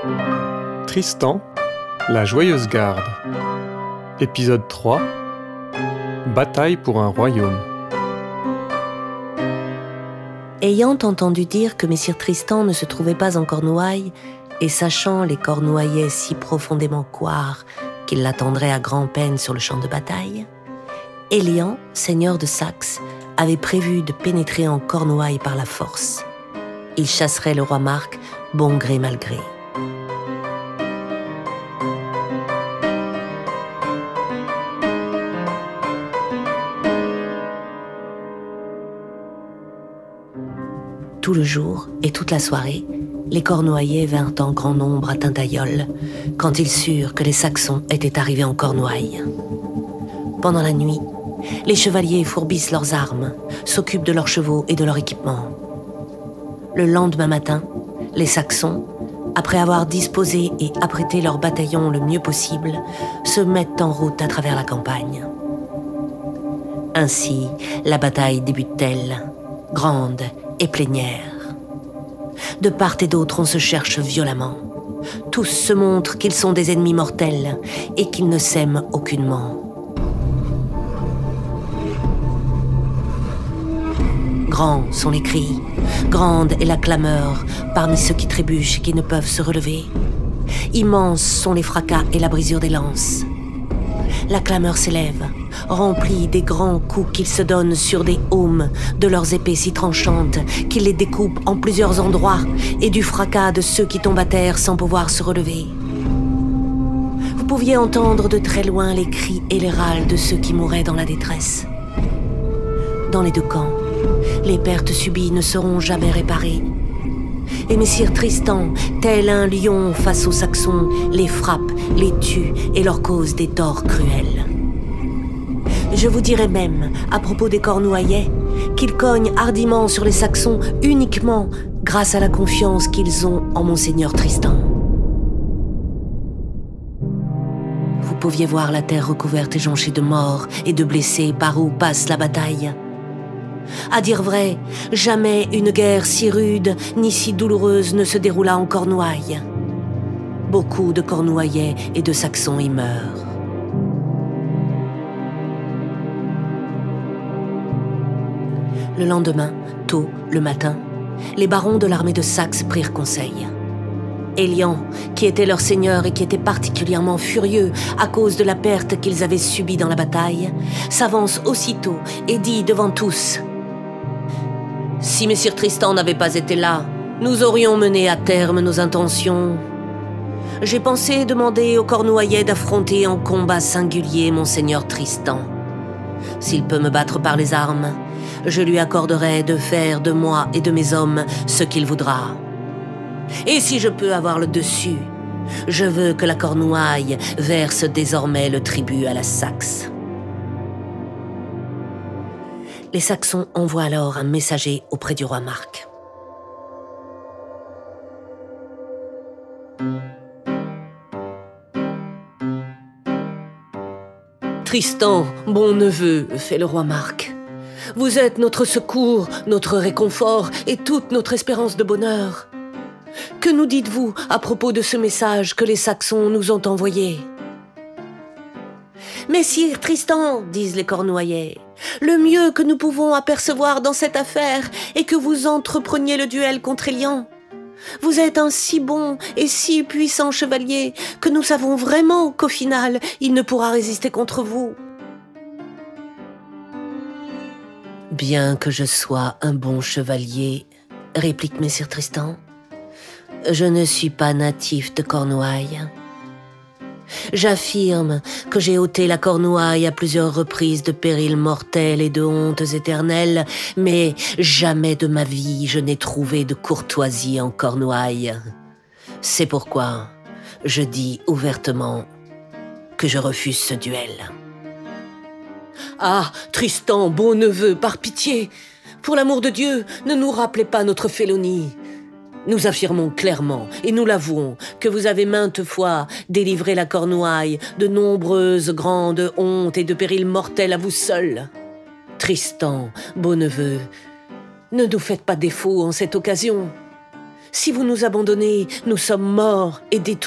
Tristan, la joyeuse garde. Épisode 3. Bataille pour un royaume. Ayant entendu dire que Messire Tristan ne se trouvait pas en Cornouailles, et sachant les Cornouaillais si profondément couards qu'ils l'attendraient à grand-peine sur le champ de bataille, Élian, seigneur de Saxe, avait prévu de pénétrer en Cornouailles par la force. Il chasserait le roi Marc, bon gré mal gré. Tout le jour et toute la soirée, les Cornouaillais vinrent en grand nombre à Tintagel, quand ils surent que les Saxons étaient arrivés en Cornouailles. Pendant la nuit, les chevaliers fourbissent leurs armes, s'occupent de leurs chevaux et de leur équipement. Le lendemain matin, les Saxons, après avoir disposé et apprêté leurs bataillons le mieux possible, se mettent en route à travers la campagne. Ainsi, la bataille débute-t-elle, grande et plénière. De part et d'autre, on se cherche violemment. Tous se montrent qu'ils sont des ennemis mortels et qu'ils ne s'aiment aucunement. Grands sont les cris, grande est la clameur parmi ceux qui trébuchent et qui ne peuvent se relever. Immenses sont les fracas et la brisure des lances. La clameur s'élève, remplie des grands coups qu'ils se donnent sur des aumes, de leurs épées si tranchantes qu'ils les découpent en plusieurs endroits, et du fracas de ceux qui tombent à terre sans pouvoir se relever. Vous pouviez entendre de très loin les cris et les râles de ceux qui mouraient dans la détresse. Dans les deux camps, les pertes subies ne seront jamais réparées. Et Messire Tristan, tel un lion face aux Saxons, les frappe, les tue et leur cause des torts cruels. Je vous dirais même, à propos des Cornouaillais, qu'ils cognent hardiment sur les Saxons uniquement grâce à la confiance qu'ils ont en Monseigneur Tristan. Vous pouviez voir la terre recouverte et jonchée de morts et de blessés par où passe la bataille. À dire vrai, jamais une guerre si rude ni si douloureuse ne se déroula en Cornouailles. Beaucoup de Cornouaillais et de Saxons y meurent. Le lendemain, tôt, le matin, les barons de l'armée de Saxe prirent conseil. Élian, qui était leur seigneur et qui était particulièrement furieux à cause de la perte qu'ils avaient subie dans la bataille, s'avance aussitôt et dit devant tous: « Si Messire Tristan n'avait pas été là, nous aurions mené à terme nos intentions. J'ai pensé demander aux Cornouaillais d'affronter en combat singulier Monseigneur Tristan. S'il peut me battre par les armes, je lui accorderai de faire de moi et de mes hommes ce qu'il voudra. Et si je peux avoir le dessus, je veux que la Cornouaille verse désormais le tribut à la Saxe. » Les Saxons envoient alors un messager auprès du roi Marc. « Tristan, bon neveu, fait le roi Marc, vous êtes notre secours, notre réconfort et toute notre espérance de bonheur. Que nous dites-vous à propos de ce message que les Saxons nous ont envoyé ? » « Messire Tristan, disent les Cornouaillais, le mieux que nous pouvons apercevoir dans cette affaire est que vous entrepreniez le duel contre Élian. Vous êtes un si bon et si puissant chevalier que nous savons vraiment qu'au final, il ne pourra résister contre vous. » « Bien que je sois un bon chevalier, réplique Messire Tristan, je ne suis pas natif de Cornouailles. J'affirme que j'ai ôté la Cornouaille à plusieurs reprises de périls mortels et de hontes éternelles, mais jamais de ma vie je n'ai trouvé de courtoisie en Cornouailles. C'est pourquoi je dis ouvertement que je refuse ce duel. »« Ah, Tristan, bon neveu, par pitié, pour l'amour de Dieu, ne nous rappelez pas notre félonie. Nous affirmons clairement, et nous l'avouons, que vous avez maintes fois délivré la Cornouaille de nombreuses grandes hontes et de périls mortels à vous seul. Tristan, beau neveu, ne nous faites pas défaut en cette occasion. Si vous nous abandonnez, nous sommes morts et détruits. »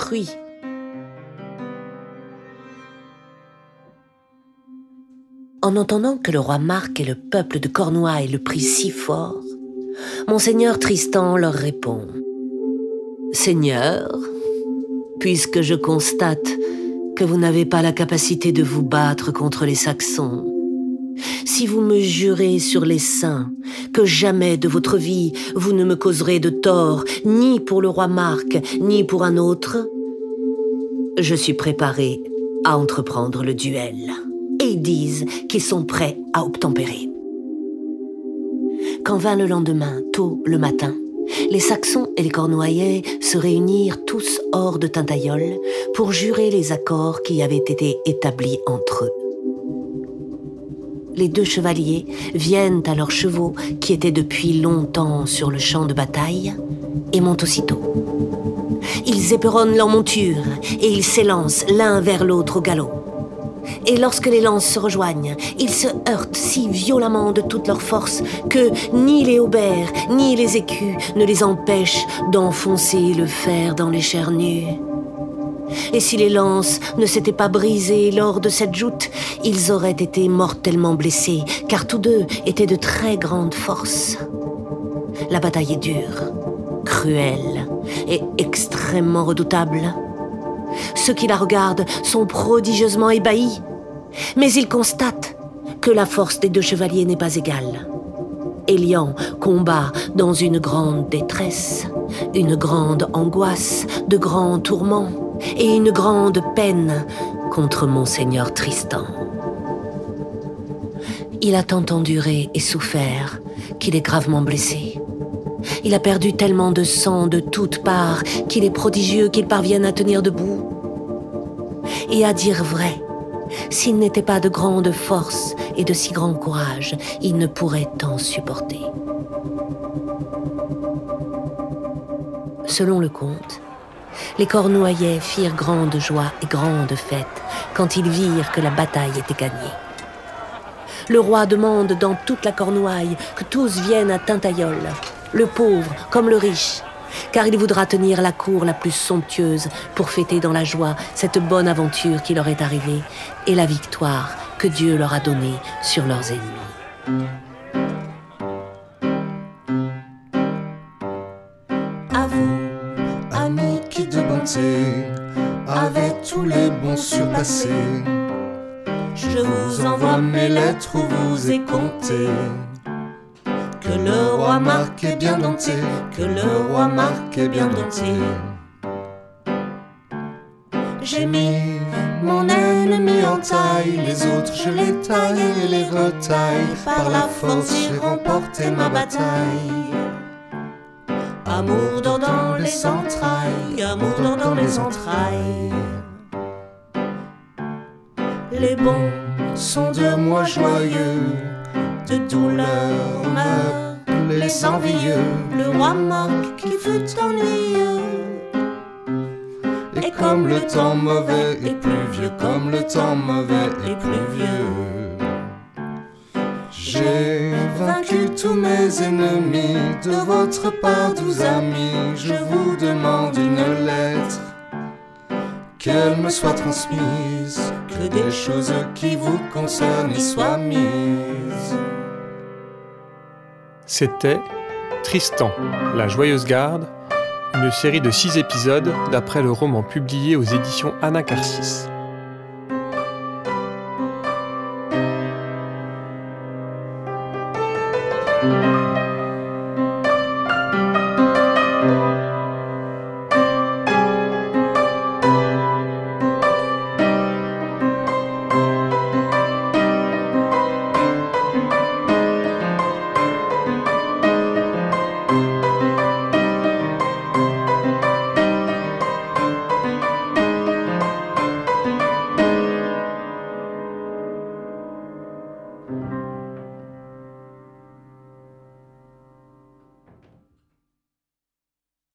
En entendant que le roi Marc et le peuple de Cornouailles le prient si fort, Monseigneur Tristan leur répond : « Seigneur, puisque je constate que vous n'avez pas la capacité de vous battre contre les Saxons, si vous me jurez sur les saints que jamais de votre vie vous ne me causerez de tort, ni pour le roi Marc, ni pour un autre, je suis préparé à entreprendre le duel. » Et ils disent qu'ils sont prêts à obtempérer. Quand vint le lendemain, tôt le matin, les Saxons et les Cornouaillais se réunirent tous hors de Tintagel pour jurer les accords qui avaient été établis entre eux. Les deux chevaliers viennent à leurs chevaux qui étaient depuis longtemps sur le champ de bataille et montent aussitôt. Ils éperonnent leurs montures et ils s'élancent l'un vers l'autre au galop. Et lorsque les lances se rejoignent, ils se heurtent si violemment de toute leur force que ni les haubers ni les écus ne les empêchent d'enfoncer le fer dans les chairs nues. Et si les lances ne s'étaient pas brisées lors de cette joute, ils auraient été mortellement blessés, car tous deux étaient de très grande force. La bataille est dure, cruelle et extrêmement redoutable. Ceux qui la regardent sont prodigieusement ébahis, mais ils constatent que la force des deux chevaliers n'est pas égale. Élian combat dans une grande détresse, une grande angoisse, de grands tourments et une grande peine contre Monseigneur Tristan. Il a tant enduré et souffert qu'il est gravement blessé. Il a perdu tellement de sang de toutes parts qu'il est prodigieux qu'il parvienne à tenir debout. Et à dire vrai, s'il n'était pas de grande force et de si grand courage, il ne pourrait tant supporter. Selon le conte, les Cornouaillais firent grande joie et grande fête quand ils virent que la bataille était gagnée. Le roi demande dans toute la Cornouaille que tous viennent à Tintagel, le pauvre comme le riche, car il voudra tenir la cour la plus somptueuse pour fêter dans la joie cette bonne aventure qui leur est arrivée et la victoire que Dieu leur a donnée sur leurs ennemis. À vous, amis qui de bonté avez tous les bons surpassés, je vous envoie mes lettres où vous est compté que le roi Marc est bien dompté, que le roi Marc est bien dompté. J'ai mis mon ennemi en taille, les autres je les taille et les retaille. Par la force j'ai remporté ma bataille. Amour dans les entrailles, amour dans les entrailles. Les bons sont de moi joyeux, de douleur meurent les envieux. Le roi Marc qui fut ennuyeux, et comme le temps mauvais est plus vieux, comme le temps mauvais est plus vieux. J'ai vaincu tous mes ennemis, de votre part, doux amis, je vous demande une lettre, qu'elle me soit transmise, que des choses qui vous concernent y soient mises. C'était Tristan, la Joyeuse Garde, une série de 6 épisodes d'après le roman publié aux éditions Anacarsis.